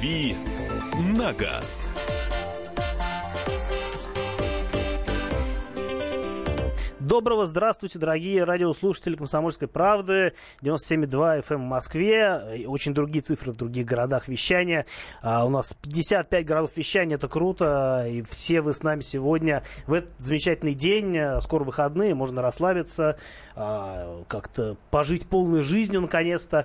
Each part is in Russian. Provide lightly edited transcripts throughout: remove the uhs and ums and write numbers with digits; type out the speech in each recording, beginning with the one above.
«Дави на газ». Доброго здравствуйте, дорогие радиослушатели «Комсомольской правды», 97,2 FM в Москве, очень другие цифры в других городах вещания. У нас 55 городов вещания, это круто, и все вы с нами сегодня в этот замечательный день, скоро выходные, можно расслабиться, как-то пожить полной жизнью наконец-то.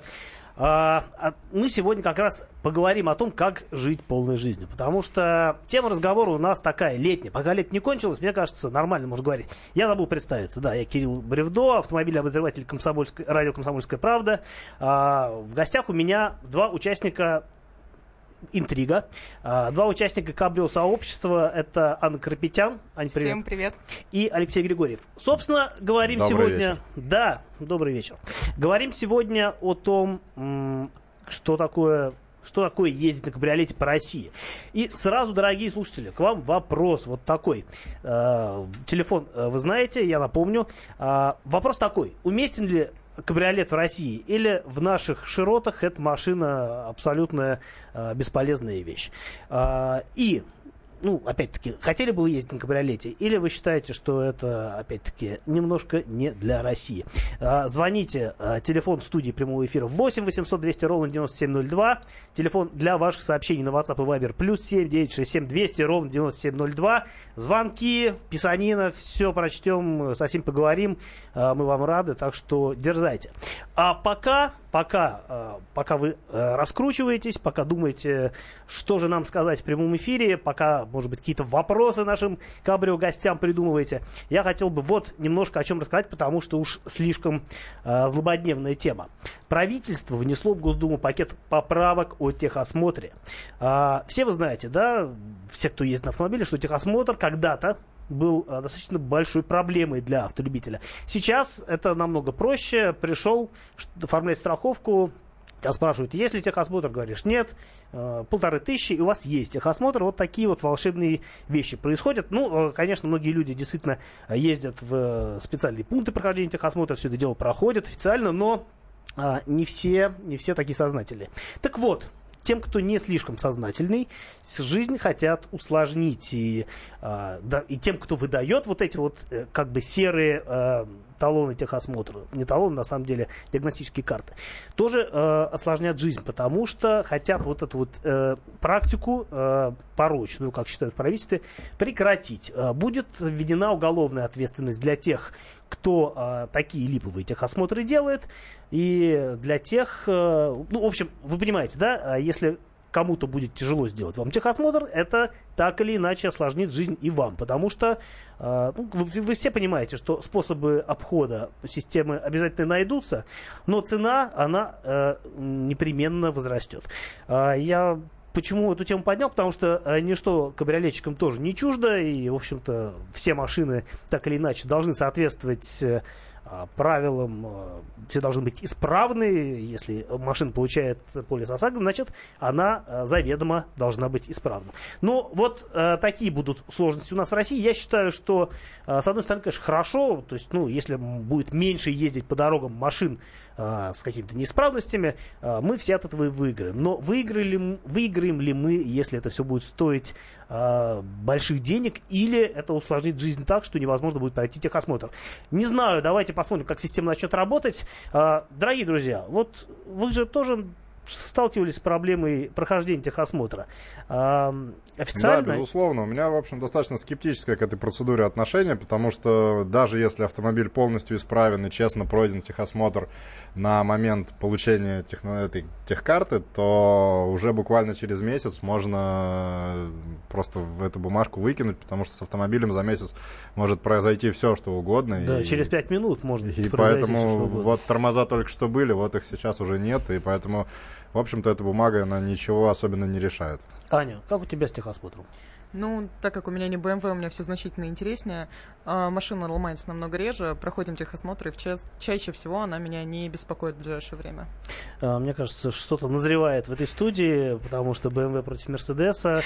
Мы сегодня как раз поговорим о том, как жить полной жизнью. Потому что тема разговора у нас такая летняя. Пока лето не кончилось, мне кажется, нормально можно говорить. Я забыл представиться. Да, я Кирилл Бревдо, автомобильный обозреватель радио «Комсомольская правда». В гостях у меня два участника «Интрига». Два участника кабрио-сообщества. Это Анна Карапетян. Ань, привет. Всем привет. И Алексей Григорьев. Собственно, говорим Добрый сегодня... вечер. Да, добрый вечер. Говорим сегодня о том, что такое ездить на кабриолете по России. И сразу, дорогие слушатели, к вам вопрос вот такой. Телефон вы знаете, я напомню. Вопрос такой. Уместен ли кабриолет в России или в наших широтах эта машина абсолютно бесполезная вещь? И, опять-таки, хотели бы вы ездить на кабриолете, или вы считаете, что это, опять-таки, немножко не для России? Звоните, телефон студии прямого эфира 8 800 200 ровно 9702, телефон для ваших сообщений на WhatsApp и Viber +7 967 200 ровно 9702, звонки, писанина, все прочтем, совсем поговорим, мы вам рады, так что дерзайте. А пока вы раскручиваетесь, пока думаете, что же нам сказать в прямом эфире, пока, может быть, какие-то вопросы нашим кабрио-гостям придумываете, я хотел бы вот немножко о чем рассказать, потому что уж слишком злободневная тема. Правительство внесло в Госдуму пакет поправок о техосмотре. Все вы знаете, да, все, кто ездит на автомобиле, что техосмотр когда-то был достаточно большой проблемой для автолюбителя. Сейчас это намного проще. Пришел оформлять страховку, тебя спрашивают, есть ли техосмотр, говоришь, нет, 1500, и у вас есть техосмотр. Вот такие вот волшебные вещи происходят. Конечно, многие люди действительно ездят в специальные пункты прохождения техосмотра, все это дело проходит официально, но не все такие сознательные. Так вот, тем, кто не слишком сознательный, жизнь хотят усложнить. И тем, кто выдает вот эти вот как бы серые талоны техосмотра, не талоны, на самом деле, диагностические карты, тоже осложнят жизнь, потому что хотят вот эту вот практику порочную, как считают в правительстве, прекратить. Будет введена уголовная ответственность для тех, кто такие липовые техосмотры делает, и для тех, в общем, вы понимаете, да, если кому-то будет тяжело сделать вам техосмотр, это так или иначе осложнит жизнь и вам, потому что вы все понимаете, что способы обхода системы обязательно найдутся, но цена, она непременно возрастет. Я почему эту тему поднял? Потому что ничто кабриолетчикам тоже не чуждо, и, в общем-то, все машины так или иначе должны соответствовать правилам, все должны быть исправны. Если машина получает полис ОСАГО, значит, она заведомо должна быть исправна. Но вот такие будут сложности у нас в России. Я считаю, что, с одной стороны, конечно, хорошо, то есть, если будет меньше ездить по дорогам машин с какими-то неисправностями, мы все от этого и выиграем. Но выиграем ли мы, если это все будет стоить больших денег, или это усложнит жизнь так, что невозможно будет пройти техосмотр? Не знаю, давайте посмотрим, как система начнет работать. Дорогие друзья, вот вы же тоже сталкивались с проблемой прохождения техосмотра. Официально... Да, безусловно. У меня, в общем, достаточно скептическое к этой процедуре отношение, потому что даже если автомобиль полностью исправен и честно пройден техосмотр на момент получения этой техкарты, то уже буквально через месяц можно просто в эту бумажку выкинуть, потому что с автомобилем за месяц может произойти все, что угодно. Да, через 5 минут может произойти все, что угодно. Поэтому вот тормоза только что были, вот их сейчас уже нет, и поэтому, в общем-то, эта бумага, она ничего особенно не решает. Аня, как у тебя с техосмотром? Так как у меня не BMW, у меня все значительно интереснее. Машина ломается намного реже, проходим техосмотр, и чаще всего она меня не беспокоит в ближайшее время. Мне кажется, что-то назревает в этой студии, потому что BMW против Мерседеса.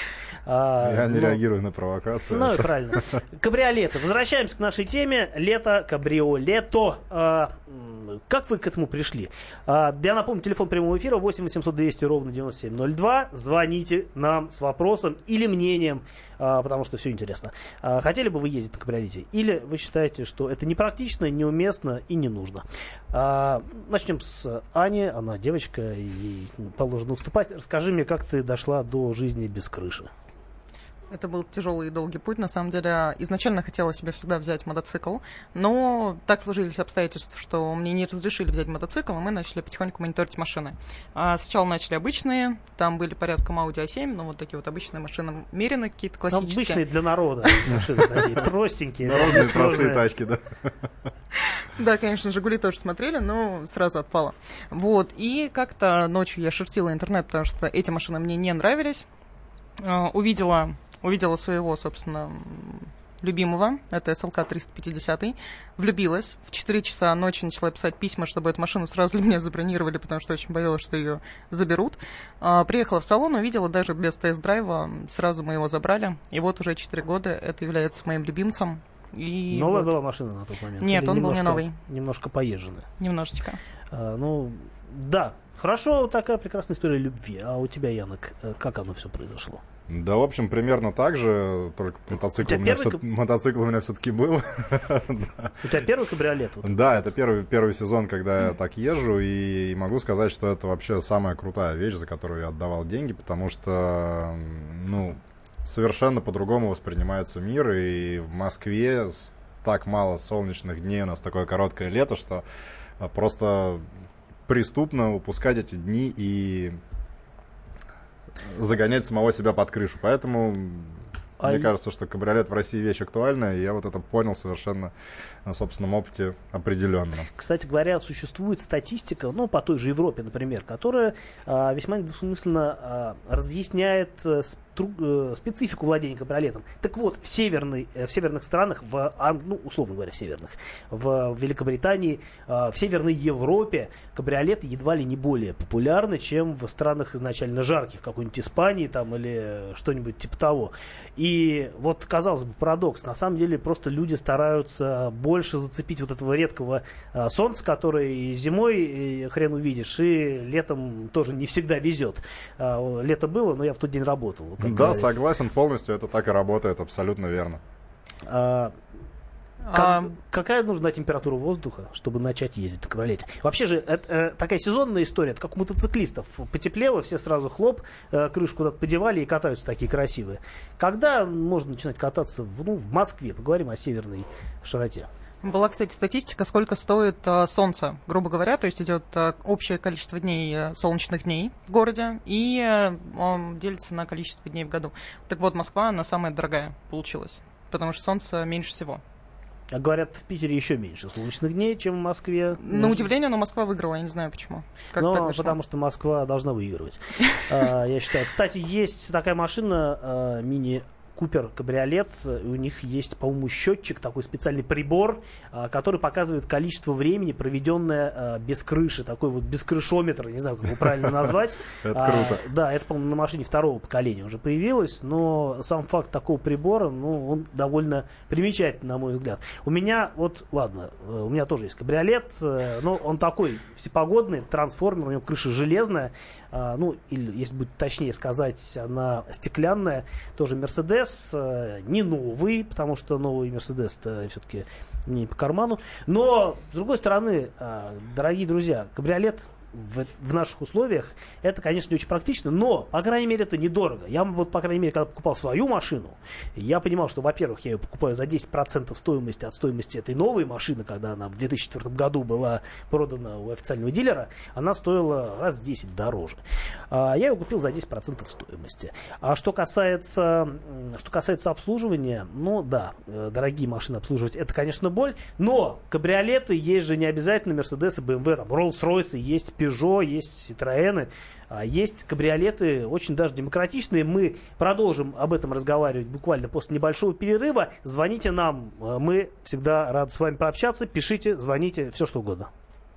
Я не реагирую на провокацию. Ну, правильно. Кабриолеты. Возвращаемся к нашей теме. Лето, кабриолето. Как вы к этому пришли? Я напомню, телефон прямого эфира 8 800 200 ровно 9702. Звоните нам с вопросом или мнением, потому что все интересно. Хотели бы вы ездить на кабриолете? Или вы считаете, что это непрактично, неуместно и не нужно? Начнем с Ани. Она девочка, ей положено уступать. Расскажи мне, как ты дошла до жизни без крыши? Это был тяжелый и долгий путь. На самом деле, изначально хотела себе всегда взять мотоцикл, но так сложились обстоятельства, что мне не разрешили взять мотоцикл, и мы начали потихоньку мониторить машины. Сначала начали обычные, там были порядком Audi A7, ну вот такие вот обычные машины, мерины какие-то классические. Обычные для народа машины такие, простенькие. Народные простые тачки, да. Да, конечно, «Жигули» тоже смотрели, но сразу отпало. Вот, и как-то ночью я шертила интернет, потому что эти машины мне не нравились. Увидела своего, собственно, любимого, это SLK 350, влюбилась. В 4 часа ночи начала писать письма, чтобы эту машину сразу для меня забронировали, потому что очень боялась, что ее заберут. Приехала в салон, увидела, даже без тест-драйва, сразу мы его забрали. И вот уже 4 года это является моим любимцем. И новая вот. была машина на тот момент? Нет, или он был не новый. Немножко поезженная? Немножечко. Да. Хорошо, такая прекрасная история любви. А у тебя, Янок, как оно все произошло? Да, в общем, примерно так же, только мотоцикл у меня все-таки был. У тебя первый кабриолет? Да, это первый сезон, когда я так езжу, и могу сказать, что это вообще самая крутая вещь, за которую я отдавал деньги, потому что, совершенно по-другому воспринимается мир, и в Москве так мало солнечных дней, у нас такое короткое лето, что просто преступно упускать эти дни и загонять самого себя под крышу. Поэтому мне кажется, что кабриолет в России вещь актуальная, и я вот это понял совершенно на собственном опыте определенно. Кстати говоря, существует статистика, по той же Европе, например, которая весьма недвусмысленно разъясняет специфику владения кабриолетом. Так вот, в северных странах, условно говоря, в Великобритании, в Северной Европе кабриолеты едва ли не более популярны, чем в странах изначально жарких, какой-нибудь Испании там, или что-нибудь типа того. И вот, казалось бы, парадокс. На самом деле, просто люди стараются больше зацепить вот этого редкого солнца, которое и зимой хрен увидишь, и летом тоже не всегда везет. Лето было, но я в тот день работал. Да, говорится. Согласен полностью, это так и работает, абсолютно верно. Какая нужна температура воздуха, чтобы начать ездить на кабриолете? Вообще же, это такая сезонная история, это как у мотоциклистов. Потеплело, все сразу хлоп, крышку куда-то подевали и катаются такие красивые. Когда можно начинать кататься в Москве? Поговорим о северной широте. Была, кстати, статистика, сколько стоит солнце, грубо говоря, то есть идет общее количество дней, солнечных дней в городе, и он делится на количество дней в году. Так вот, Москва, она самая дорогая получилась, потому что солнца меньше всего. А говорят, в Питере еще меньше солнечных дней, чем в Москве. На удивление, но Москва выиграла, я не знаю почему. Потому что Москва должна выигрывать, я считаю. Кстати, есть такая машина, мини Купер кабриолет, у них есть, по-моему, счетчик, такой специальный прибор, который показывает количество времени, проведенное без крыши, такой вот бескрышометр, не знаю, как его правильно назвать. Это круто. Да, это, по-моему, на машине второго поколения уже появилось, но сам факт такого прибора, он довольно примечательный, на мой взгляд. У меня тоже есть кабриолет, но он такой всепогодный, трансформер, у него крыша железная, или, если быть точнее сказать, она стеклянная, тоже Мерседес, не новый, потому что новый Мерседес-то все-таки не по карману. Но, с другой стороны, дорогие друзья, кабриолет в наших условиях, это, конечно, не очень практично, но, по крайней мере, это недорого. Я по крайней мере, когда покупал свою машину, я понимал, что, во-первых, я ее покупаю за 10% стоимости от стоимости этой новой машины, когда она в 2004 году была продана у официального дилера, она стоила раз в 10 дороже. Я ее купил за 10% стоимости. А что касается обслуживания, дорогие машины обслуживать, это, конечно, боль, но кабриолеты есть же не обязательно Mercedes, BMW, там, Rolls-Royce, есть Peugeot, есть Citroёn, есть кабриолеты очень даже демократичные. Мы продолжим об этом разговаривать буквально после небольшого перерыва. Звоните нам, мы всегда рады с вами пообщаться. Пишите, звоните, все что угодно.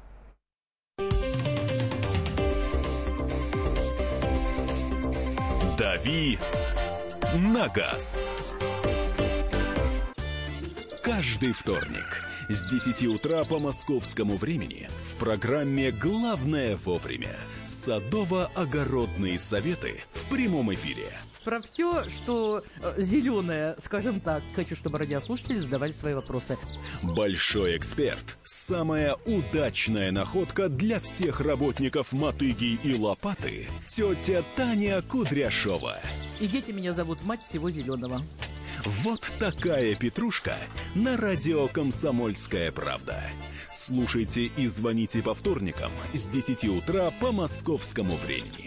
Дави на газ. Каждый вторник С 10 утра по московскому времени в программе «Главное вовремя» садово-огородные советы в прямом эфире. Про все, что зеленое, скажем так. Хочу, чтобы радиослушатели задавали свои вопросы. Большой эксперт. Самая удачная находка для всех работников мотыги и лопаты. Тетя Таня Кудряшова. И дети меня зовут мать всего зеленого. Вот такая петрушка на радио «Комсомольская правда». Слушайте и звоните по вторникам с 10 утра по московскому времени.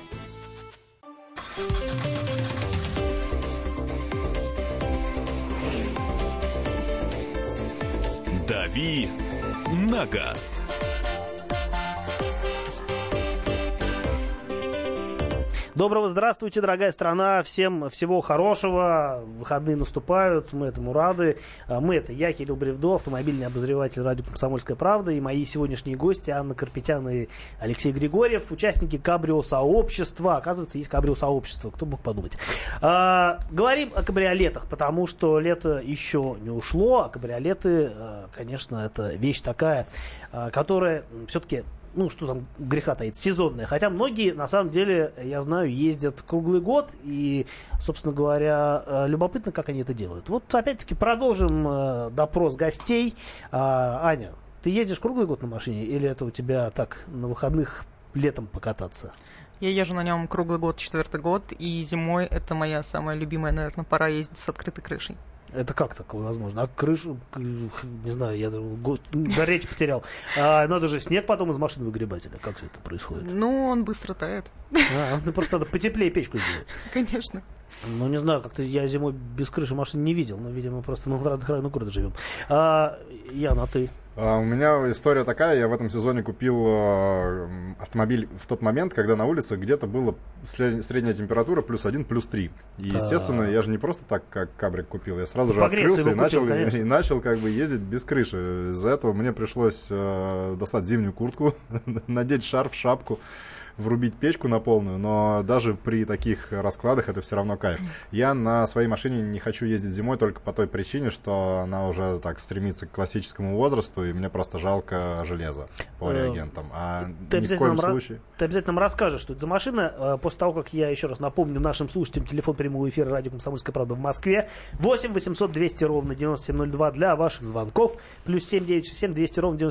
«Дави на газ». Доброго здравствуйте, дорогая страна. Всем всего хорошего. Выходные наступают, мы этому рады. Я, Кирилл Бревдо, автомобильный обозреватель радио «Комсомольская правда». И мои сегодняшние гости Анна Карпетян и Алексей Григорьев, участники кабрио-сообщества. Оказывается, есть кабрио-сообщество, кто мог подумать. Говорим о кабриолетах, потому что лето еще не ушло. А кабриолеты, конечно, это вещь такая, которая все-таки... что там греха таит, сезонная. Хотя многие, на самом деле, я знаю, ездят круглый год. И, собственно говоря, любопытно, как они это делают. Вот, опять-таки, продолжим допрос гостей. Аня, ты едешь круглый год на машине? Или это у тебя так, на выходных летом покататься? Я езжу на нем круглый год, 4-й год. И зимой это моя самая любимая, наверное, пора ездить с открытой крышей. Это как такое возможно? А крышу, не знаю, я речь потерял. Надо же снег потом из машины выгребать, или как все это происходит? Он быстро тает. Просто надо потеплее печку сделать. Конечно. Не знаю, как-то я зимой без крыши машин не видел. Но, видимо, просто мы в разных районах города живем. Яна, а ты? У меня история такая. Я в этом сезоне купил автомобиль в тот момент, когда на улице где-то была средняя температура +1, +3. И, естественно, я же не просто так, как кабрик купил. Я сразу же открылся и начал как бы ездить без крыши. Из-за этого мне пришлось достать зимнюю куртку, надеть шарф, шапку, врубить печку на полную, но даже при таких раскладах это все равно кайф. Я на своей машине не хочу ездить зимой только по той причине, что она уже так стремится к классическому возрасту, и мне просто жалко железа по реагентам. Ты обязательно нам расскажешь, что это за машина. После того, как я еще раз напомню нашим слушателям телефон прямого эфира радио «Комсомольская правда» в Москве 8 800 200 ровно 9702 для ваших звонков, +7 967 200 ровно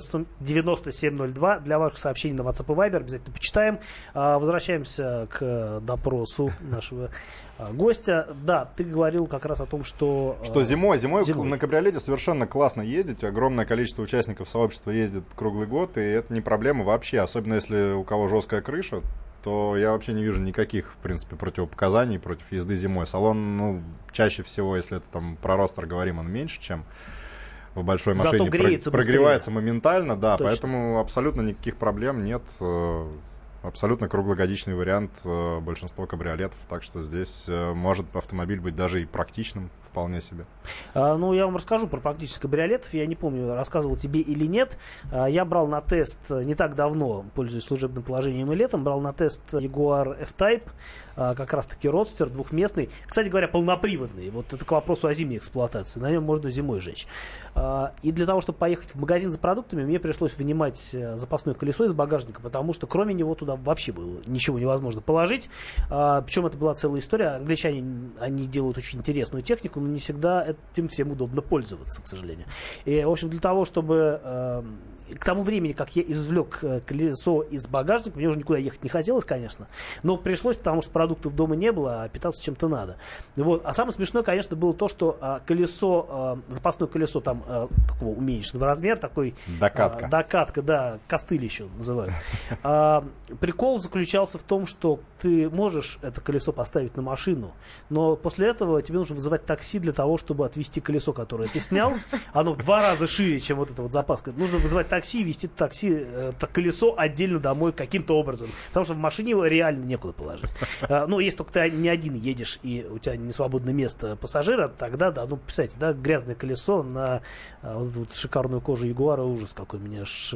9702 для ваших сообщений на WhatsApp и Viber. Обязательно почитаем. Возвращаемся к допросу нашего гостя. Да, ты говорил как раз о том, что зимой на кабриолете совершенно классно ездить. Огромное количество участников сообщества ездит круглый год, и это не проблема вообще. Особенно если у кого жесткая крыша, то я вообще не вижу никаких, в принципе, противопоказаний против езды зимой. Салон, чаще всего, если это там про ростер говорим, он меньше, чем в большой машине. Прогревается моментально, да. Точно. Поэтому абсолютно никаких проблем нет. Абсолютно круглогодичный вариант большинства кабриолетов, так что здесь может автомобиль быть даже и практичным вполне себе. Я вам расскажу про практических кабриолетов. Я не помню, рассказывал тебе или нет. Я брал на тест не так давно, пользуясь служебным положением и летом, брал на тест Jaguar F-Type, как раз-таки родстер, двухместный. Кстати говоря, полноприводный. Вот это к вопросу о зимней эксплуатации. На нем можно зимой жечь. И для того, чтобы поехать в магазин за продуктами, мне пришлось вынимать запасное колесо из багажника, потому что кроме него туда вообще было ничего невозможно положить. Причем это была целая история. Англичане, они делают очень интересную технику, но не всегда этим всем удобно пользоваться, к сожалению. И, в общем, для того, чтобы к тому времени, как я извлек колесо из багажника, мне уже никуда ехать не хотелось, конечно, но пришлось, потому что продуктов дома не было, а питаться чем-то надо. Вот. А самое смешное, конечно, было то, что запасное колесо там такого уменьшенного размера, такой... Докатка, да, костыль еще называют. Прикол заключался в том, что ты можешь это колесо поставить на машину, но после этого тебе нужно вызывать такси для того, чтобы отвезти колесо, которое ты снял. Оно в 2 раза шире, чем вот эта вот запаска. Нужно вызывать такси, такси, везти такси, колесо отдельно домой каким-то образом. Потому что в машине его реально некуда положить. Ну, если только ты не один едешь и у тебя не свободное место пассажира, тогда, да, ну, представьте, да, грязное колесо на вот шикарную кожу Ягуара, ужас какой, мне аж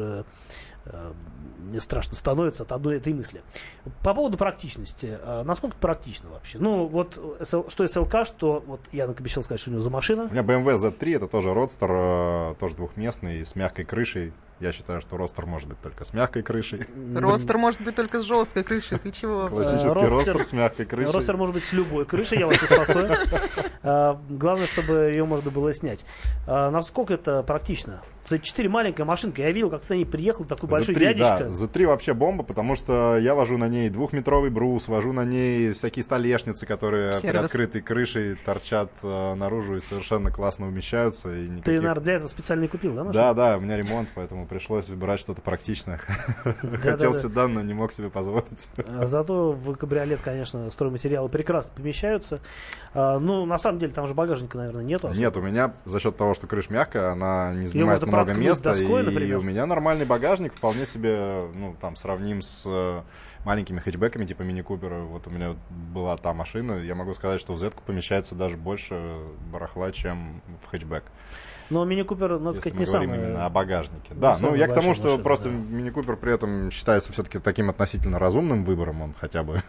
мне страшно становится от одной этой мысли. По поводу практичности. Насколько практично вообще? Ну, вот, что SLK, что... Вот я обещал сказать, что у него за машина. У меня BMW Z3, это тоже родстер, тоже двухместный, с мягкой крышей. Я считаю, что родстер может быть только с мягкой крышей. Родстер может быть только с жесткой крышей. Ты чего? Классический родстер с мягкой крышей. Родстер может быть с любой крышей, я вас успокою. Главное, чтобы ее можно было снять. Насколько это практично? Z4 маленькая машинка. Я видел, как ты на ней приехал, такой большой дядечка. Да, Z3 вообще бомба, потому что я вожу на ней 2-метровый брус, вожу на ней всякие столешницы, которые при открытой крышей торчат наружу и совершенно классно умещаются. И никаких... Ты, наверное, для этого специально и купил, да, машину? Да, у меня ремонт, поэтому пришлось выбирать что-то практичное. Хотел седан, но не мог себе позволить. Зато в кабриолет, конечно, стройматериалы прекрасно помещаются. Ну, на самом деле, там же багажника, наверное, нету. Нет, у меня за счет того, что крыша мягкая, она не занимает много места. Доской, и у меня нормальный багажник, вполне себе, ну, там, сравним с маленькими хэтчбеками, типа Мини Купера. Вот у меня была та машина. Я могу сказать, что в Z-ку помещается даже больше барахла, чем в хэтчбек. Но Мини Купер, надо сказать, не самый... именно о багажнике. Да, ну я к тому, что машина, просто Мини Купер при этом считается все-таки таким относительно разумным выбором. Он хотя бы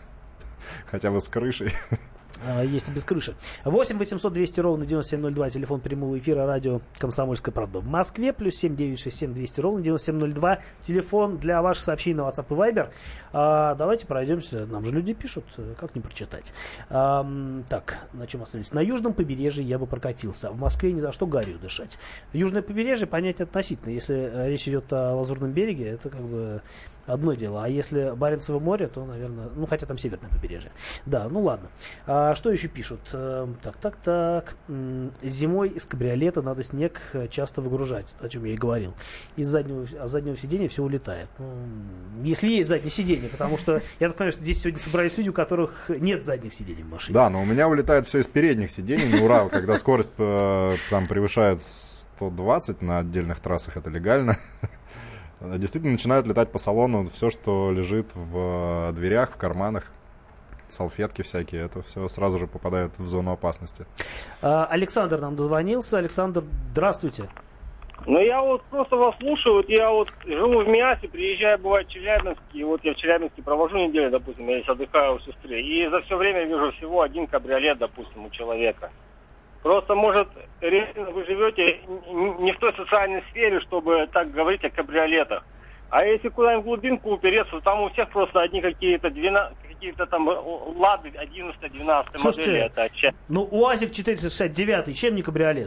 с крышей. Есть и без крыши. 8 800 200 ровно 9702, телефон прямого эфира радио «Комсомольская правда» в Москве, плюс 7 967 200 ровно 9702, телефон для ваших сообщений на WhatsApp и Viber. Давайте пройдемся, нам же люди пишут, как не прочитать. Так, на чем остановились? На южном побережье я бы прокатился, в Москве ни за что гарью дышать. Южное побережье понятие относительно, если речь идет о Лазурном береге, это как бы... одно дело. А если Баренцево море, то, наверное... Ну, хотя там северное побережье. Да, ну ладно. Что еще пишут? Так. Зимой из кабриолета надо снег часто выгружать, о чем я и говорил. Из заднего сиденья все улетает. Если есть заднее сиденье, потому что, я так понимаю, что здесь сегодня собрались люди, у которых нет задних сидений в машине. Да, но у меня улетает все из передних сидений. На ура, когда скорость там превышает 120 на отдельных трассах, это легально. Действительно начинают летать по салону все, что лежит в дверях, в карманах, салфетки всякие. Это все сразу же попадает в зону опасности. Александр нам дозвонился. Александр, здравствуйте. Ну, я вот просто вас слушаю. Вот я вот живу в Миасе, приезжаю, бывает, в Челябинск. И вот я в Челябинске провожу неделю, допустим, я здесь отдыхаю у сестры. И за все время вижу всего один кабриолет, допустим, у человека. Просто, может, реально вы живете не в той социальной сфере, чтобы так говорить о кабриолетах. А если куда-нибудь в глубинку упереться, там у всех просто одни какие-то там Лады 11-12 модели. Это ну, УАЗик 469, чем не кабриолет?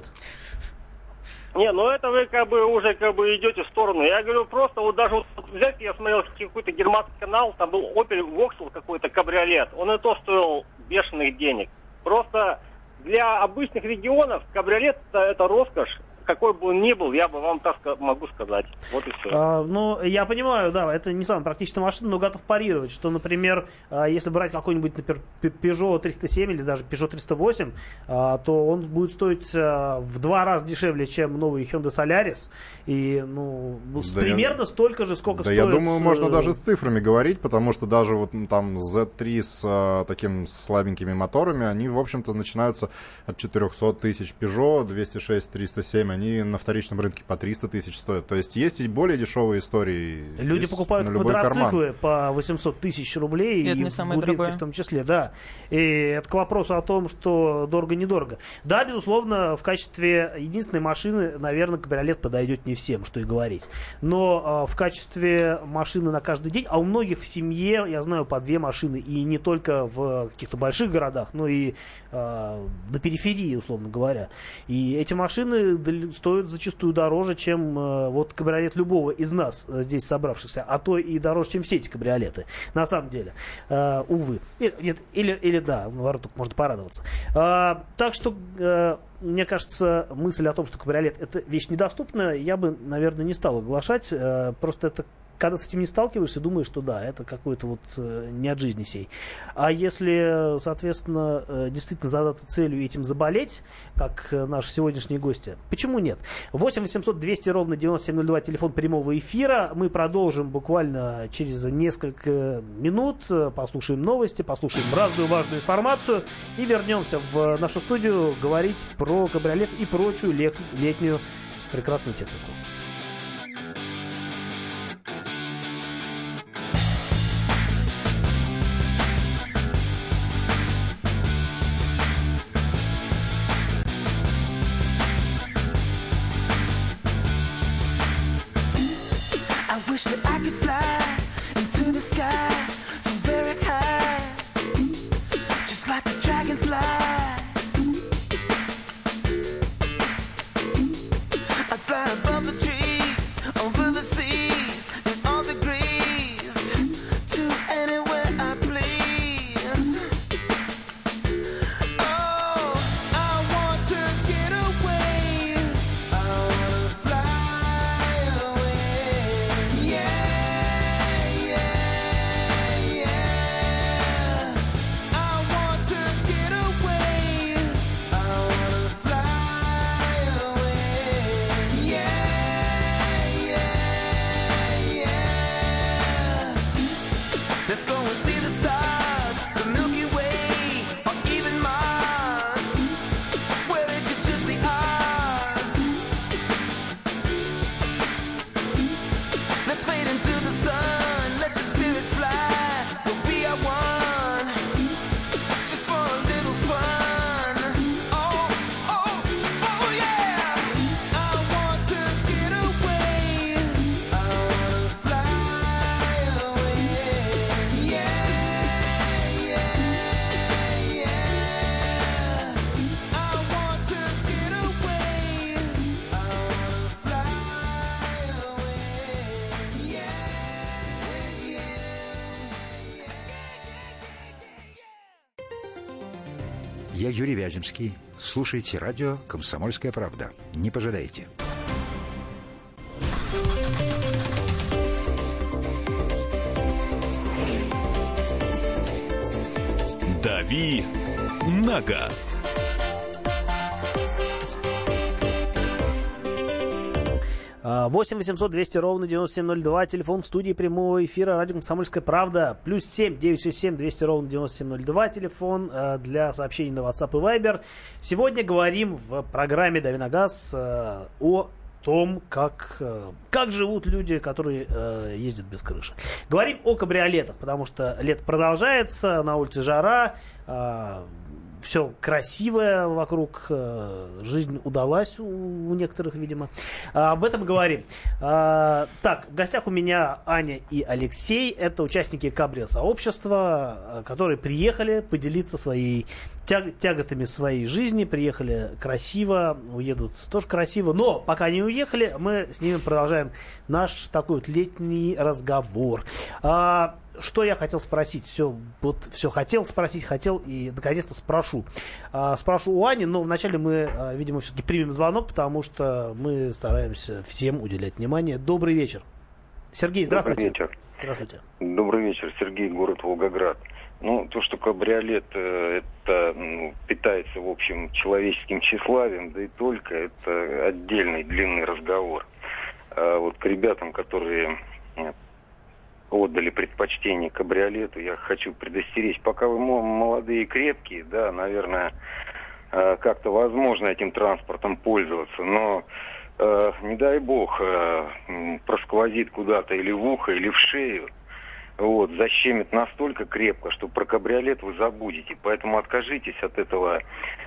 Не, ну это вы уже идете в сторону. Я говорю, просто вот даже вот взять, я смотрел какой-то германский канал, там был Opel Vauxhall какой-то кабриолет. Он и то стоил бешеных денег. Просто для обычных регионов кабриолет это роскошь. Какой бы он ни был, я бы вам так могу сказать. Вот и все. Ну, я понимаю, да, это не самая практичная машина, но готов парировать, что, например, если брать какой-нибудь, например, Peugeot 307 или даже Peugeot 308, то он будет стоить в 2 раза дешевле, чем новый Hyundai Solaris. И, ну, да примерно столько же, сколько стоит... Я думаю, можно даже с цифрами говорить, потому что даже вот там Z3 с таким слабенькими моторами, они, в общем-то, начинаются от 400 тысяч. Peugeot 206, 307, они на вторичном рынке по 300 тысяч стоят. То есть есть и более дешевые истории. Люди покупают квадроциклы по 800 тысяч рублей. И в глубинке в том числе, да. И это к вопросу о том, что дорого-недорого. Да, безусловно, в качестве единственной машины, наверное, кабриолет подойдет не всем, что и говорить. Но в качестве машины на каждый день, а у многих в семье, я знаю, по 2 машины, и не только в каких-то больших городах, но и на периферии, условно говоря. И эти машины стоят зачастую дороже, чем вот кабриолет любого из нас здесь собравшихся, а то и дороже, чем все эти кабриолеты. На самом деле. Увы. Или да, наоборот, только можно порадоваться. Так что, мне кажется, мысль о том, что кабриолет это вещь недоступная, я бы, наверное, не стал оглашать. Просто это когда с этим не сталкиваешься, думаешь, что да, это какой-то вот не от жизни сей. А если, соответственно, действительно задаться целью этим заболеть, как наши сегодняшние гости, почему нет? 8 800 200 ровно 9702, телефон прямого эфира. Мы продолжим буквально через несколько минут, послушаем новости, послушаем разную важную информацию и вернемся в нашу студию говорить про кабриолет и прочую летнюю прекрасную технику. Я Юрий Вяземский. Слушайте радио «Комсомольская правда». Не пожалеете. «Дави на газ». 8 800 200 ровно 9702, телефон в студии прямого эфира радио «Комсомольская правда», +7 967 200 ровно 9702, телефон для сообщений на WhatsApp и Viber. Сегодня говорим в программе «Дави на газ» о том, как живут люди, которые ездят без крыши. Говорим о кабриолетах, потому что лето продолжается, на улице жара, все красивое вокруг, жизнь удалась у некоторых, видимо. Об этом говорим. Так, в гостях у меня Аня и Алексей. Это участники кабрио-сообщества, которые приехали поделиться своей тяготами своей жизни. Приехали красиво, уедут тоже красиво. Но пока не уехали, мы с ними продолжаем наш такой вот летний разговор. Что я хотел спросить? Все хотел спросить, и наконец-то спрошу. Спрошу у Ани, но вначале мы, видимо, все-таки примем звонок, потому что мы стараемся всем уделять внимание. Добрый вечер. Сергей, здравствуйте. Добрый вечер. Здравствуйте. Добрый вечер, Сергей, город Волгоград. То, что кабриолет это питается, в общем, человеческим тщеславием, да и только, это отдельный длинный разговор. Вот к ребятам, которые отдали предпочтение кабриолету, я хочу предостеречь. Пока вы молодые и крепкие, да, наверное, как-то возможно этим транспортом пользоваться, но не дай бог просквозит куда-то или в ухо, или в шею, вот, защемит настолько крепко, что про кабриолет вы забудете. Поэтому откажитесь от этого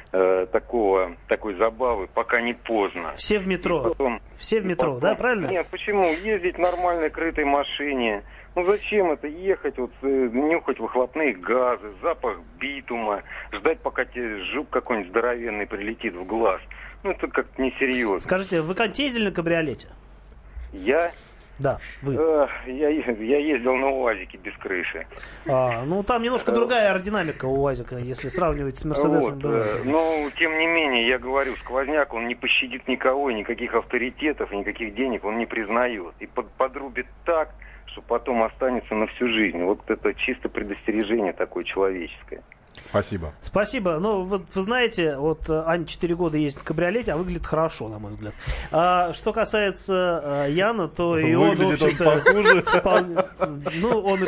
такой забавы, пока не поздно. Все в метро. Все в метро, потом, да, правильно? Нет, почему? Ездить в нормальной крытой машине. Зачем это ехать, нюхать выхлопные газы, запах битума, ждать, пока тебе жук какой-нибудь здоровенный прилетит в глаз. Это как-то несерьезно. Скажите, вы ездили на кабриолете? Я? Да, вы. Я ездил на УАЗике без крыши. Ну, там немножко другая аэродинамика у УАЗика, если сравнивать с Мерседесом. Но, тем не менее, я говорю, сквозняк, он не пощадит никого, никаких авторитетов, никаких денег он не признает. И подрубит так, что потом останется на всю жизнь. Вот это чисто предостережение такое человеческое. Спасибо. Спасибо. Ну, вот вы знаете, вот Аня 4 года ездит в кабриолете, а выглядит хорошо, на мой взгляд. Что касается Яна, то и он, в общем-то, похуже. Ну, он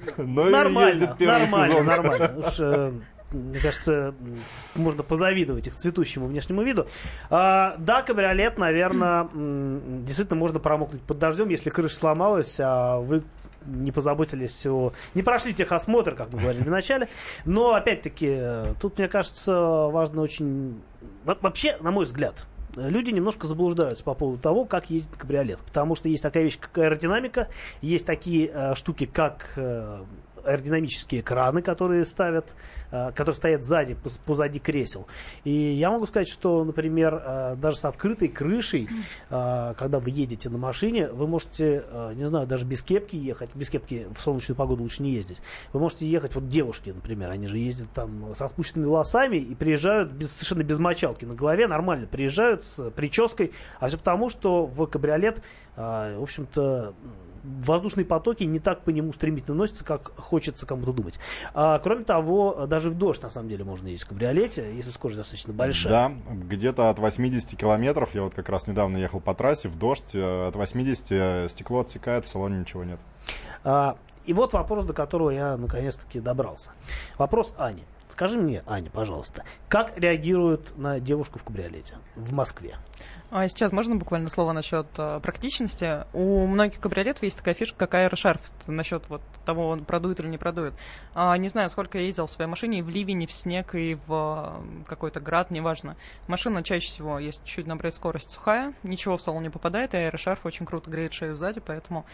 нормально. Мне кажется, можно позавидовать их цветущему внешнему виду. Да, кабриолет, наверное, действительно можно промокнуть под дождем, если крыша сломалась, а вы не позаботились не прошли техосмотр, как мы говорили в начале. Но, опять-таки, тут, мне кажется, важно очень... Вообще, на мой взгляд, люди немножко заблуждаются по поводу того, как ездит кабриолет. Потому что есть такая вещь, как аэродинамика, есть такие штуки, как аэродинамические краны, которые стоят сзади, позади кресел. И я могу сказать, что, например, даже с открытой крышей, когда вы едете на машине, вы можете, не знаю, даже без кепки ехать. Без кепки в солнечную погоду лучше не ездить. Вы можете ехать, вот девушки, например, они же ездят там со спущенными волосами и приезжают совершенно без мочалки на голове, нормально приезжают с прической, а все потому, что в кабриолет, в общем-то, воздушные потоки не так по нему стремительно носятся, как хочется кому-то думать. Кроме того, даже в дождь, на самом деле, можно ездить в кабриолете, если скорость достаточно большая. Да, где-то от 80 километров, я вот как раз недавно ехал по трассе, в дождь, от 80 стекло отсекает, в салоне ничего нет. И вот вопрос, до которого я наконец-таки добрался. Вопрос Ани. Скажи мне, Аня, пожалуйста, как реагируют на девушку в кабриолете в Москве? Сейчас можно буквально слово насчет практичности? У многих кабриолетов есть такая фишка, как аэрошарф, насчет вот того, он продует или не продует. Не знаю, сколько я ездил в своей машине и в ливень, и в снег, и в какой-то град, неважно. Машина чаще всего, если чуть набрать скорость, сухая, ничего в салон не попадает, и аэрошарф очень круто греет шею сзади, поэтому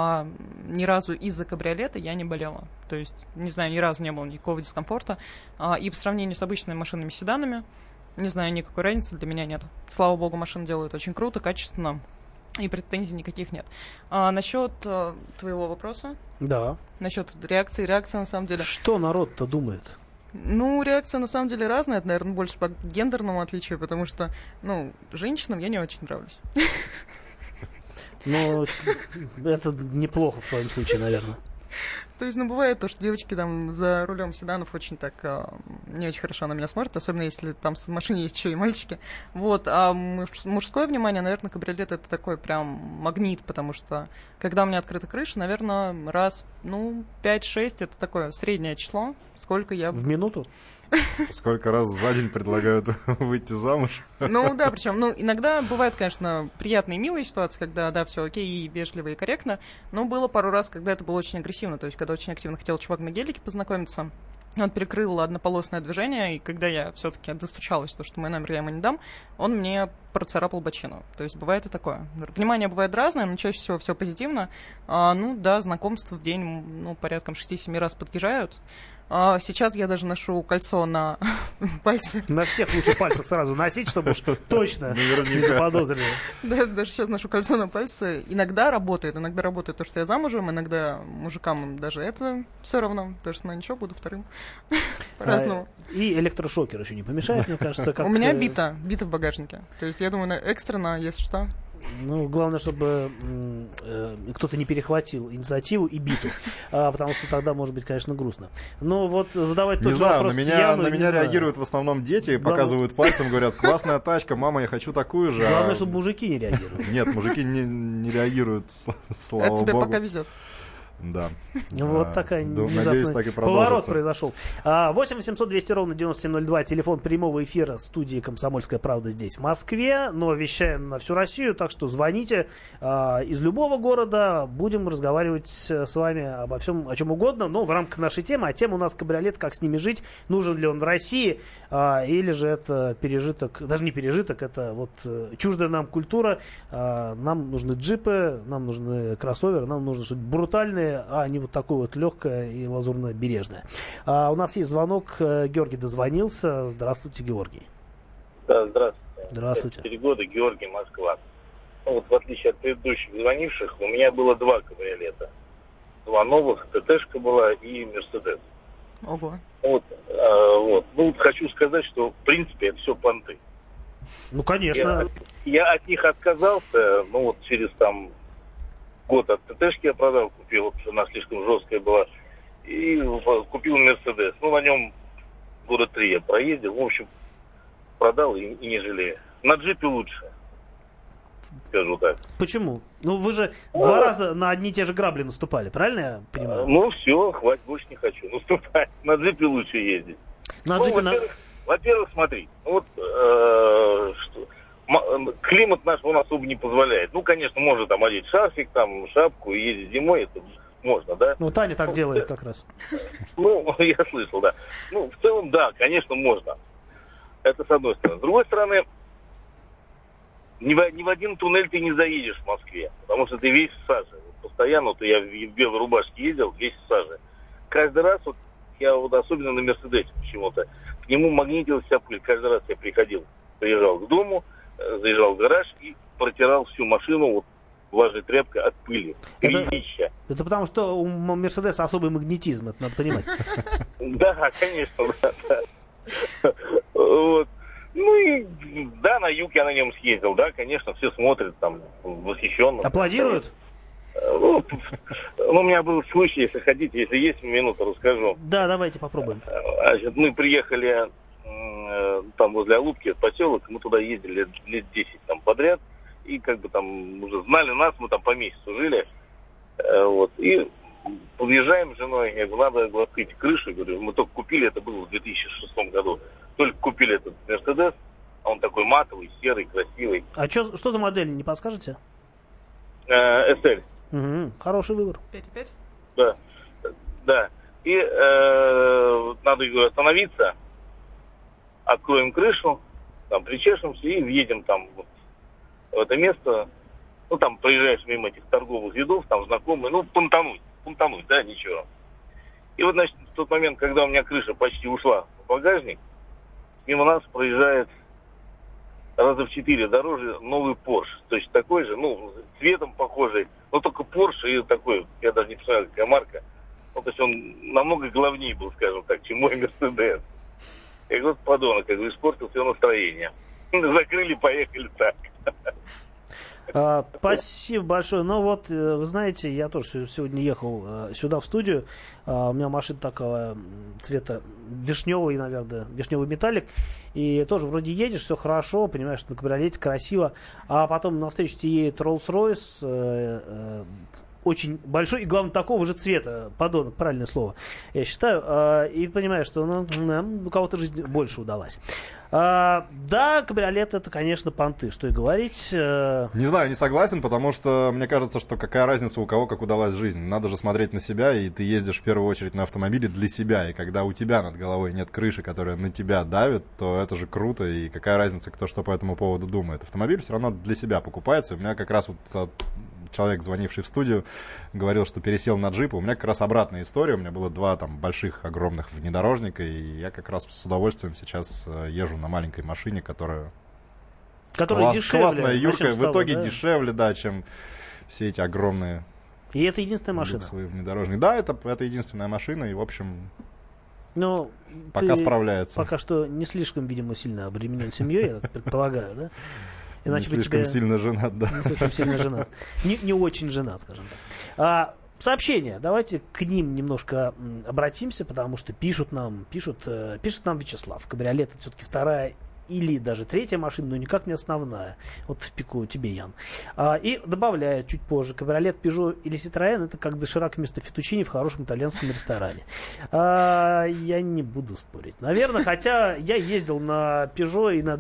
ни разу из-за кабриолета я не болела. То есть, не знаю, ни разу не было никакого дискомфорта. И по сравнению с обычными машинами-седанами, не знаю, никакой разницы для меня нет. Слава богу, машины делают очень круто, качественно, и претензий никаких нет. Насчет твоего вопроса? Да. Насчет реакции. Реакция, на самом деле... Что народ-то думает? Ну, реакция, на самом деле, разная. Это, наверное, больше по гендерному отличию, потому что, женщинам я не очень нравлюсь. Ну, это неплохо в твоем случае, наверное. То есть, бывает то, что девочки там за рулем седанов очень так не очень хорошо на меня смотрят, особенно если там в машине есть еще и мальчики. Вот, а мужское внимание, наверное, кабриолет это такой прям магнит, потому что когда у меня открыта крыша, наверное, раз, 5-6, это такое среднее число, сколько я... В минуту? Сколько раз за день предлагают выйти замуж? Ну да, причем, иногда бывают, конечно, приятные и милые ситуации, когда, да, все окей, и вежливо, и корректно, но было пару раз, когда это было очень агрессивно, то есть, когда очень активно хотел чувак на гелике познакомиться, он перекрыл однополосное движение, и когда я все-таки достучалась, что мой номер я ему не дам, он мне процарапал бочину. То есть бывает и такое. Внимание бывает разное, но чаще всего все позитивно. Да, знакомства в день, порядком 6-7 раз подъезжают. Сейчас я даже ношу кольцо на пальце. На всех лучше пальцах сразу носить, чтобы уж точно не заподозрили. Да, даже сейчас ношу кольцо на пальце. Иногда работает то, что я замужем, иногда мужикам даже это все равно. То, что ничего, буду вторым. По-разному. И электрошокер еще не помешает, мне кажется. У меня бита в багажнике. То есть я думаю, экстренно, если что. Главное, чтобы кто-то не перехватил инициативу и биту, потому что тогда может быть, конечно, грустно. Но вот задавать тот же вопрос на меня реагируют в основном дети, показывают пальцем, говорят, классная тачка, мама, я хочу такую же. Главное, чтобы мужики не реагировали. Нет, мужики не реагируют, слава богу. Это тебе пока везет. Да. Вот такая надеюсь, так и поворот произошел. 8 800 200 ровно 9702. Телефон прямого эфира студии «Комсомольская правда» здесь, в Москве. Но вещаем на всю Россию, так что звоните из любого города. Будем разговаривать с вами обо всем, о чем угодно, но в рамках нашей темы. А тема у нас кабриолет, как с ними жить, нужен ли он в России, или же это пережиток, даже не пережиток, это вот чуждая нам культура. Нам нужны джипы, нам нужны кроссоверы, нам нужно что-то брутальное, а не вот такое вот легкое и лазурно-бережное. У нас есть звонок. Георгий дозвонился. Здравствуйте, Георгий. Да, здравствуйте. Здравствуйте. 4 года, Георгий, Москва. вот в отличие от предыдущих звонивших, у меня было 2 кабриолета. 2 новых, ТТшка была и Мерседес. Ого. Вот. Ну, хочу сказать, что, в принципе, это все понты. Ну, конечно. Я от них отказался, ну, вот через там год от ТТшки я продал, купил, вот она слишком жесткая была, и купил Мерседес. Ну, на нем года 3 я проездил, в общем, продал и не жалею. На джипе лучше, скажу так. Почему? Ну, вы же 2 раза на одни и те же грабли наступали, правильно я понимаю? Ну, все, хватит, больше не хочу наступать. На джипе лучше ездить. На джипе во-первых, смотри, вот климат наш он особо не позволяет. Ну, конечно, можно там одеть шарфик, там, шапку и ездить зимой, это можно, да? Ну, Таня так делает как раз. Ну, я слышал, да. Ну, в целом, да, конечно, можно. Это с одной стороны. С другой стороны, ни в один туннель ты не заедешь в Москве, потому что ты весь в саже. Постоянно, вот я в белой рубашке ездил, весь в саже. Каждый раз, вот я вот особенно на Мерседесе почему-то, к нему магнитилась вся пыль. Каждый раз я приезжал к дому, заезжал в гараж и протирал всю машину вот влажной тряпкой от пыли. Это потому, что у Мерседеса особый магнетизм, это надо понимать. Да, конечно, да. Вот. Ну и да, на юг я на нем съездил, да, конечно, все смотрят там восхищенно. Аплодируют? Ну, у меня был случай, если хотите, если есть минута, расскажу. Да, давайте попробуем. Значит, мы приехали там возле Алупки, поселок, мы туда ездили лет 10 там подряд, и как бы там уже знали нас, мы там по месяцу жили, вот, и подъезжаем с женой, я говорю, надо открыть крышу, говорю, мы только купили, это было в 2006 году, только купили этот Мерседес, а он такой матовый, серый, красивый. А что за модель, не подскажете? SL. Угу, хороший выбор. 5.5? Да. И надо, говорю, остановиться, откроем крышу, там причешемся и въедем там вот в это место. Ну, там проезжаешь мимо этих торговых рядов, там знакомые, ну, понтануть, да, ничего. И вот, значит, в тот момент, когда у меня крыша почти ушла в багажник, мимо нас проезжает раза в 4 дороже новый Porsche. То есть такой же, ну, цветом похожий, но только Porsche и такой, я даже не представляю, какая марка. Ну, то есть он намного главнее был, скажем так, чем мой Мерседес. Я говорю, подонок, я говорю, испортил все настроение. Закрыли, поехали так. Спасибо большое. Ну вот, вы знаете, я тоже сегодня ехал сюда в студию. У меня машина такого цвета вишневый, наверное, вишневый металлик. И тоже вроде едешь, все хорошо, понимаешь, на кабриолете красиво. А потом навстречу тебе едет Rolls-Royce, очень большой и, главное, такого же цвета. Подонок, правильное слово, я считаю. И понимаешь, что у кого-то жизнь больше удалась. Да, кабриолет это, конечно, понты, что и говорить. Не знаю, не согласен, потому что мне кажется, что какая разница у кого как удалась жизнь. Надо же смотреть на себя, и ты ездишь в первую очередь на автомобиле для себя. И когда у тебя над головой нет крыши, которая на тебя давит, то это же круто. И какая разница, кто что по этому поводу думает. Автомобиль все равно для себя покупается. У меня как раз вот человек, звонивший в студию, говорил, что пересел на джип. У меня как раз обратная история. У меня было 2 там больших, огромных внедорожника, и я как раз с удовольствием сейчас езжу на маленькой машине, которая дешевле. Классная, юркая, в итоге дешевле, да, чем все эти огромные. И это единственная машина? Свои внедорожники. Да, это единственная машина, и, в общем, но пока справляется. Пока что не слишком, видимо, сильно обременен семьей, я предполагаю, да? Иначе не слишком сильно женат, да. Не слишком сильно женат. Не очень женат, скажем так. Сообщения. Давайте к ним немножко обратимся, потому что пишет нам Вячеслав. Кабриолет это все-таки 2-я или даже 3-я машина, но никак не основная. Вот в пику тебе, Ян. И добавляет чуть позже. Кабриолет, Peugeot или Citroën это как доширак вместо фетучини в хорошем итальянском ресторане. Я не буду спорить. Наверное, хотя я ездил на Peugeot и на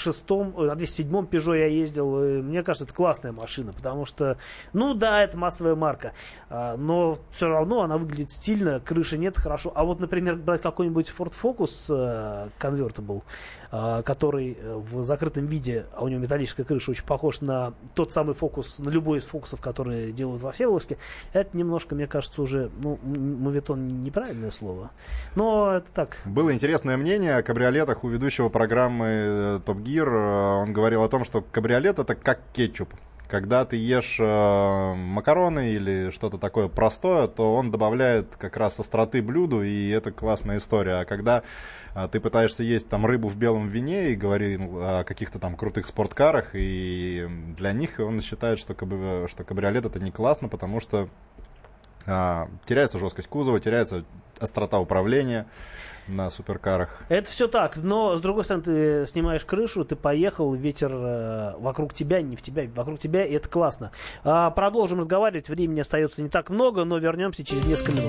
207-м Peugeot я ездил. Мне кажется, это классная машина, потому что, ну да, это массовая марка, но все равно она выглядит стильно, крыши нет, хорошо. А вот, например, брать какой-нибудь Ford Focus Convertible, который в закрытом виде, а у него металлическая крыша, очень похож на тот самый фокус, на любой из фокусов, которые делают во Всеволожске, это немножко, мне кажется, уже, моветон неправильное слово, но это так. Было интересное мнение о кабриолетах у ведущего программы Top Gear. Он говорил о том, что кабриолет это как кетчуп. Когда ты ешь макароны или что-то такое простое, то он добавляет как раз остроты блюду, и это классная история. А когда ты пытаешься есть там рыбу в белом вине и говорил о каких-то там крутых спорткарах, и для них он считает, что кабриолет это не классно, потому что теряется жесткость кузова, теряется острота управления на суперкарах. Это все так, но с другой стороны, ты снимаешь крышу, ты поехал, ветер вокруг тебя, не в тебя, вокруг тебя, и это классно. Продолжим разговаривать, времени остается не так много, но вернемся через несколько минут.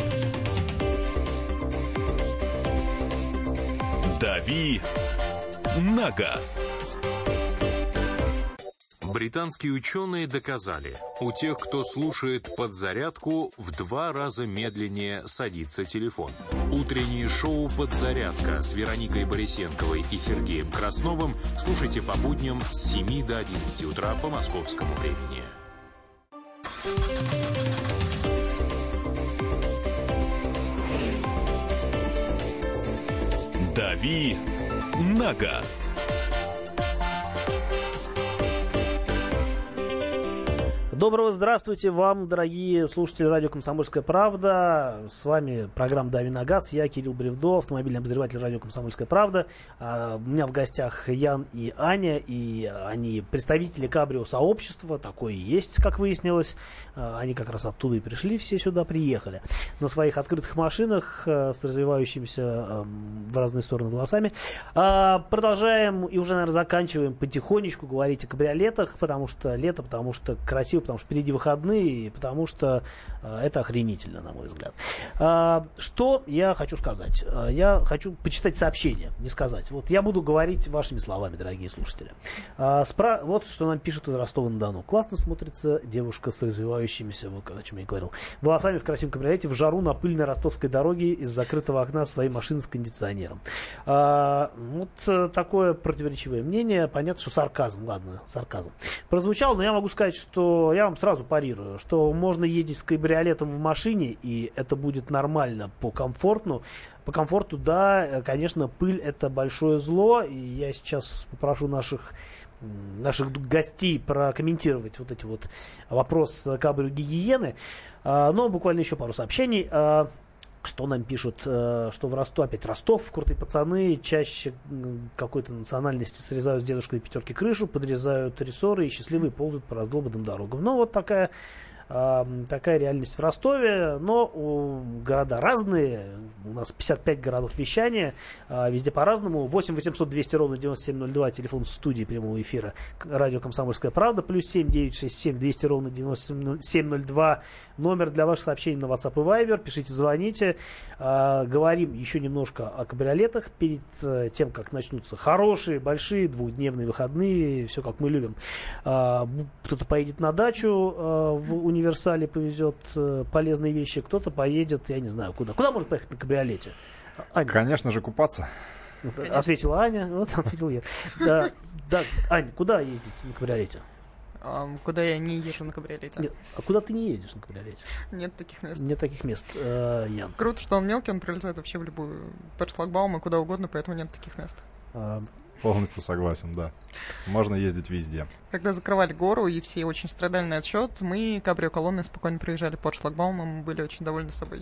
«Дави на газ». Британские ученые доказали, у тех, кто слушает подзарядку, в 2 раза медленнее садится телефон. Утреннее шоу «Подзарядка» с Вероникой Борисенковой и Сергеем Красновым слушайте по будням с 7 до 11 утра по московскому времени. «Дави на газ». Доброго здравствуйте вам, дорогие слушатели радио «Комсомольская правда». С вами программа «Дави на газ». Я Кирилл Бревдо, автомобильный обозреватель радио «Комсомольская правда». У меня в гостях Ян и Аня, и они представители кабрио-сообщества. Такое и есть, как выяснилось. Они как раз оттуда и пришли, все сюда приехали. На своих открытых машинах с развивающимися в разные стороны волосами. Продолжаем и уже, наверное, заканчиваем потихонечку говорить о кабриолетах, потому что лето, потому что красиво, потому что впереди выходные, и потому что это охренительно, на мой взгляд. Что я хочу сказать? Я хочу почитать сообщение, не сказать. Вот я буду говорить вашими словами, дорогие слушатели. Вот что нам пишут из Ростова-на-Дону. Классно смотрится девушка с развивающимися, вот о чем я говорил, волосами в красивом кабриолете в жару на пыльной ростовской дороге из закрытого окна своей машины с кондиционером. Вот такое противоречивое мнение. Понятно, что сарказм, ладно, сарказм прозвучал, но я могу сказать, что я вам сразу парирую, что можно ездить с кабриолетом в машине, и это будет нормально по комфорту. По комфорту, да, конечно, пыль — это большое зло, и я сейчас попрошу наших гостей прокомментировать вот эти вот вопросы кабрио-гигиены. Но буквально еще пару сообщений. Что нам пишут, что в Ростов, опять Ростов, крутые пацаны, чаще какой-то национальности срезают с дедушкой пятерки крышу, подрезают рессоры и счастливые ползают по раздолбанным дорогам. Ну, вот такая реальность в Ростове, но города разные, у нас 55 городов вещания, везде по-разному. 8 800 200 ровно 9702, телефон студии прямого эфира радио «Комсомольская правда», плюс 7 967 200 ровно 9702, номер для ваших сообщений на WhatsApp и Viber, пишите, звоните. Говорим еще немножко о кабриолетах перед тем, как начнутся хорошие, большие двухдневные выходные, все как мы любим. Кто-то поедет на дачу в универсале, повезет полезные вещи, кто-то поедет, я не знаю, куда. Куда можно поехать на кабриолете? Аня. Конечно же, купаться. Конечно. Ответила Аня, вот ответил я. Да, Ань, куда ездить на кабриолете? Куда я не езжу на кабриолете. Нет, а куда ты не едешь на кабриолете? Нет таких мест. Нет таких мест, Ян. Круто, что он мелкий, он прилетает вообще в любую под шлагбаум и куда угодно, поэтому нет таких мест. Полностью согласен, да. Можно ездить везде. Когда закрывали гору, и все очень страдали на этот счет, мы кабрио-колонны спокойно проезжали под шлагбаумом, мы были очень довольны собой.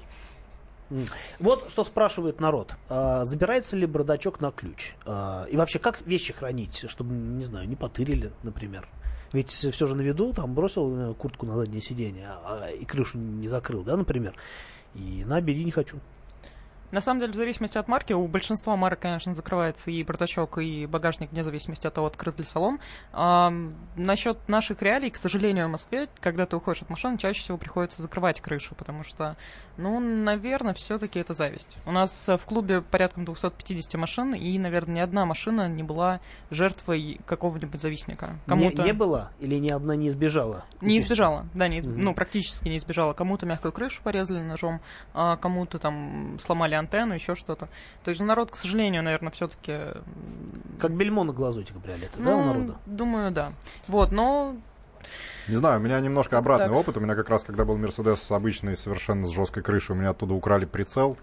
Вот что спрашивает народ. Забирается ли бардачок на ключ? И вообще, как вещи хранить, чтобы, не знаю, не потырили, например? Ведь все же на виду, там бросил куртку на заднее сиденье, и крышу не закрыл, да, например? И бери, не хочу. На самом деле, в зависимости от марки, у большинства марок, конечно, закрывается и бардачок, и багажник, вне зависимости от того, открыт ли салон. Насчет наших реалий, к сожалению, в Москве, когда ты уходишь от машины, чаще всего приходится закрывать крышу, потому что, наверное, все-таки это зависть. У нас в клубе порядка 250 машин, и, наверное, ни одна машина не была жертвой какого-нибудь завистника. Не была? Или ни одна не избежала? Не избежала, да, практически не избежала. Кому-то мягкую крышу порезали ножом, кому-то там сломали антенну, еще что-то. То есть народ, к сожалению, наверное, все-таки... Как бельмо на глазу эти кабриолеты, да, у народа? Думаю, да. Вот, но... Не знаю, у меня немножко обратный опыт. У меня как раз, когда был Мерседес обычный, совершенно с жесткой крышей, у меня оттуда украли прицел.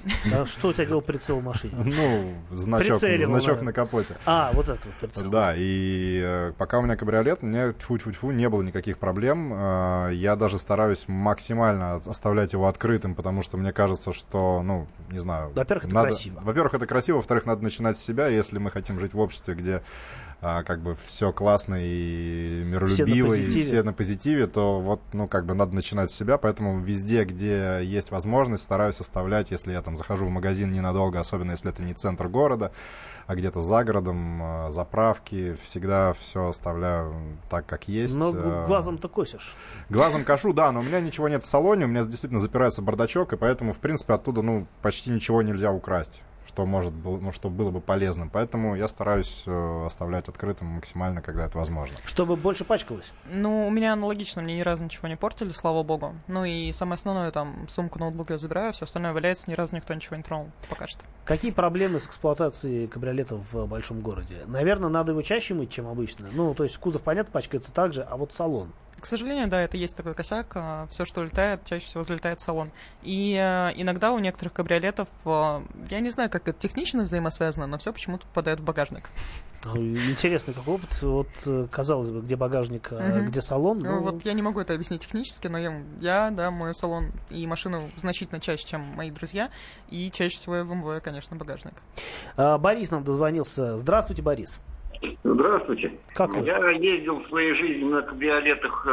А что у тебя делал прицел в машине? Ну, значок на капоте. Вот это вот прицел. Да, и пока у меня кабриолет, мне тьфу-тьфу-тьфу не было никаких проблем. Я даже стараюсь максимально оставлять его открытым, потому что мне кажется, что, ну, не знаю... Во-первых, это красиво. Во-первых, это красиво, во-вторых, надо начинать с себя. Если мы хотим жить в обществе, где как бы все классно и миролюбиво, и все на позитиве, то вот, ну, как бы надо начинать с себя, поэтому везде, где есть возможность, стараюсь оставлять, если я там захожу в магазин ненадолго, особенно если это не центр города, а где-то за городом, заправки, всегда все оставляю так, как есть. Но глазом-то косишь. Глазом кошу, да, но у меня ничего нет в салоне, у меня действительно запирается бардачок, и поэтому, в принципе, оттуда, ну, почти ничего нельзя украсть, что что было бы полезным. Поэтому я стараюсь оставлять открытым максимально, когда это возможно. Чтобы больше пачкалось? Ну, у меня аналогично, мне ни разу ничего не портили, слава богу. Ну и самое основное, там, сумку, ноутбук я забираю, все остальное валяется, ни разу никто ничего не тронул, пока что. Какие проблемы с эксплуатацией кабриолета в большом городе? Наверное, надо его чаще мыть, чем обычно. Ну, то есть кузов, понятно, пачкается так же, а вот салон? К сожалению, да, это есть такой косяк. Все, что летает, чаще всего залетает в салон. И иногда у некоторых кабриолетов, я не знаю, как это технично взаимосвязано, но все почему-то попадает в багажник. Интересный какой опыт. Вот, казалось бы, где багажник, а где салон. Ну, вот я не могу это объяснить технически, но я мою салон и машину значительно чаще, чем мои друзья. И чаще всего я вымываю, конечно, багажник. Борис нам дозвонился. Здравствуйте, Борис. Здравствуйте. Как вы? Я ездил в своей жизни на кабриолетах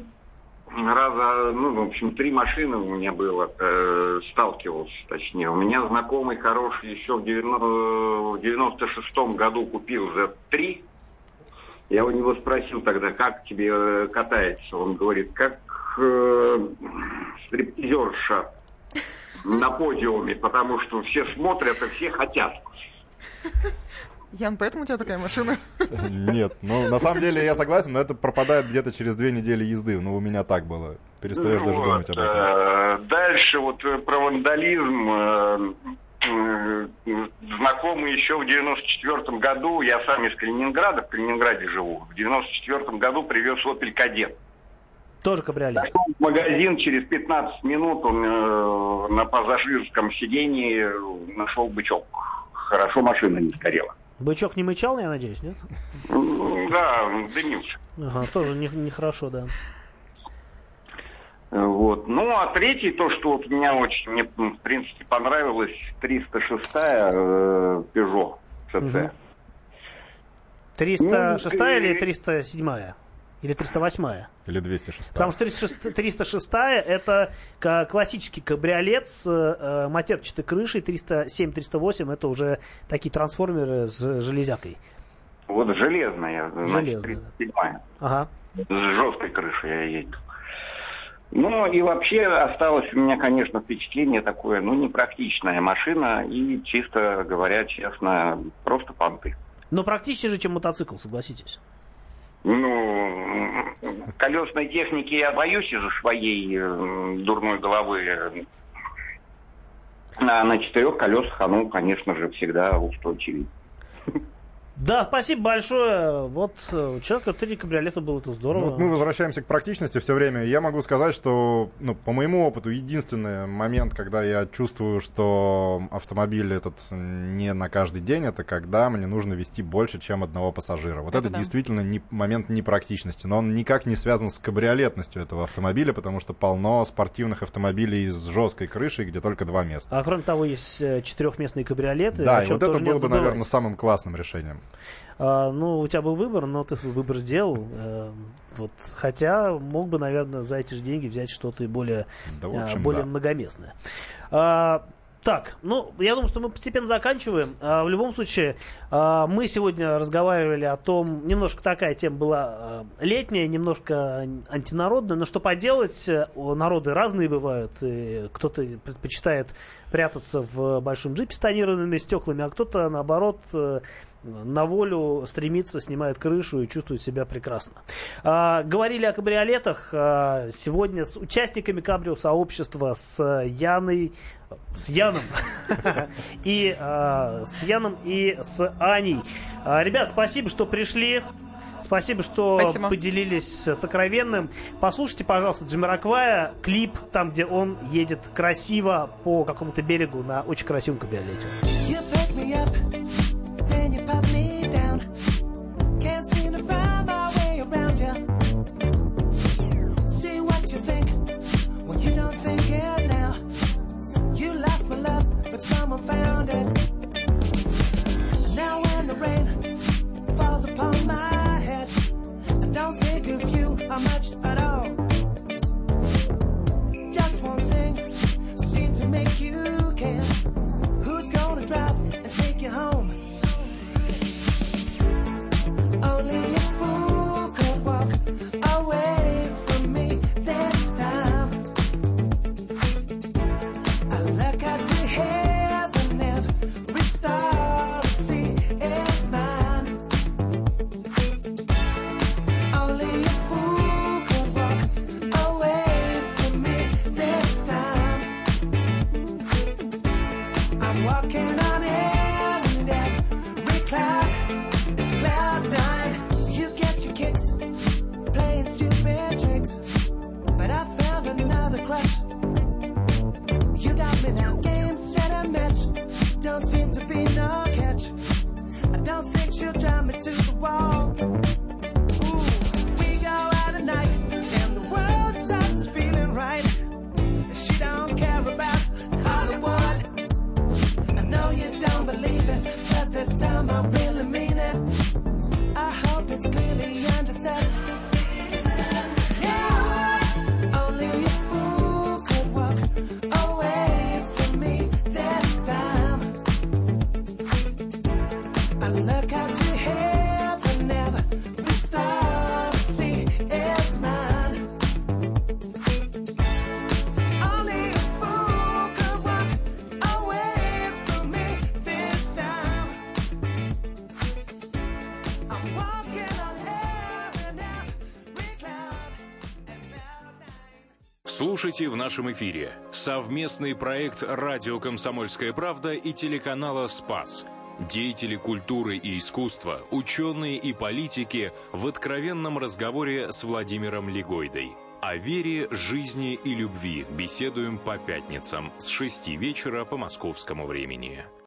в общем, 3 машины у меня было, сталкивался, точнее. У меня знакомый хороший еще в 96-м году купил Z3. Я у него спросил тогда, как тебе катается. Он говорит, как стриптизерша на подиуме, потому что все смотрят и все хотят. Ян, поэтому у тебя такая машина? Нет, ну, на самом деле я согласен, но это пропадает где-то через 2 недели езды. Ну, у меня так было. Перестаешь даже думать об этом. Дальше вот про вандализм. Знакомый еще в 94-м году, я сам из Калининграда, в Калининграде живу, в 94-м году привез Opel Kadett. Тоже кабриолет? Пошел в магазин, через 15 минут он на пассажирском сидении нашел бычок. Хорошо машина не сгорела. Бычок не мычал, я надеюсь, нет? Да, дымился. Ага, тоже нехорошо, да. Вот. Ну, а третий, то, что вот мне очень, в принципе, понравилось, 306-я Peugeot CC. 306-я или 307-я? Или 308-я? Или 206-я. Потому что 306-я это классический кабриолет с матерчатой крышей. 307-308 это уже такие трансформеры с железякой. Вот железная. Железная. 307-я. Ага. С жесткой крышей я ездил. Ну и вообще осталось у меня, конечно, впечатление такое, непрактичная машина и, чисто говоря, честно, просто понты. Но практичнее же, чем мотоцикл, согласитесь. Ну, колесной техники я боюсь из-за своей дурной головы. А на 4 колесах оно, конечно же, всегда устойчивее. Да, спасибо большое. Вот человек, 3 кабриолета было, это здорово. Вот мы возвращаемся к практичности все время. Я могу сказать, что, по моему опыту, единственный момент, когда я чувствую, что автомобиль этот не на каждый день, это когда мне нужно везти больше, чем одного пассажира. Вот это действительно момент непрактичности. Но он никак не связан с кабриолетностью этого автомобиля, потому что полно спортивных автомобилей с жесткой крышей, где только 2 места. А кроме того, есть 4-местные кабриолеты. Да, и вот это было бы, наверное, самым классным решением. У тебя был выбор, но ты свой выбор сделал. Хотя мог бы, наверное, за эти же деньги взять что-то более многоместное. Так, я думаю, что мы постепенно заканчиваем. В любом случае, мы сегодня разговаривали о том, немножко такая тема была летняя, немножко антинародная, но что поделать, народы разные бывают. И кто-то предпочитает прятаться в большом джипе с тонированными стеклами, а кто-то, наоборот, на волю стремится, снимает крышу и чувствует себя прекрасно. Говорили о кабриолетах сегодня с участниками кабрио-сообщества, с Яном и с Аней. Ребят, спасибо, что пришли. Спасибо, что поделились сокровенным. Послушайте, пожалуйста, Джамироквая, клип, там, где он едет красиво по какому-то берегу на очень красивом кабриолете. But someone found it. Now when the rain falls upon my head, I don't think of you much at all. Just one thing seemed to make you care. Who's gonna drive and take you home? Only a fool could walk away from me this time. I look out to heaven. Walking on air and every cloud is cloud nine. You get your kicks playing stupid tricks, but I found another crush. You got me now, game, set, and match. Don't seem to be no catch. I don't think she'll drive me to the wall. Ooh, we go out at night and the world starts feeling right. She don't care about Hollywood. No, you don't believe it, but this time I really mean it. I hope it's clearly understood. Yeah. Only a fool could walk away from me this time. I look out to heaven, every star I see is mine. Only a fool could walk away. Слушайте в нашем эфире совместный проект «Радио Комсомольская правда» и телеканала «Спас». Деятели культуры и искусства, ученые и политики в откровенном разговоре с Владимиром Легойдой. О вере, жизни и любви беседуем по пятницам с 6 вечера по московскому времени.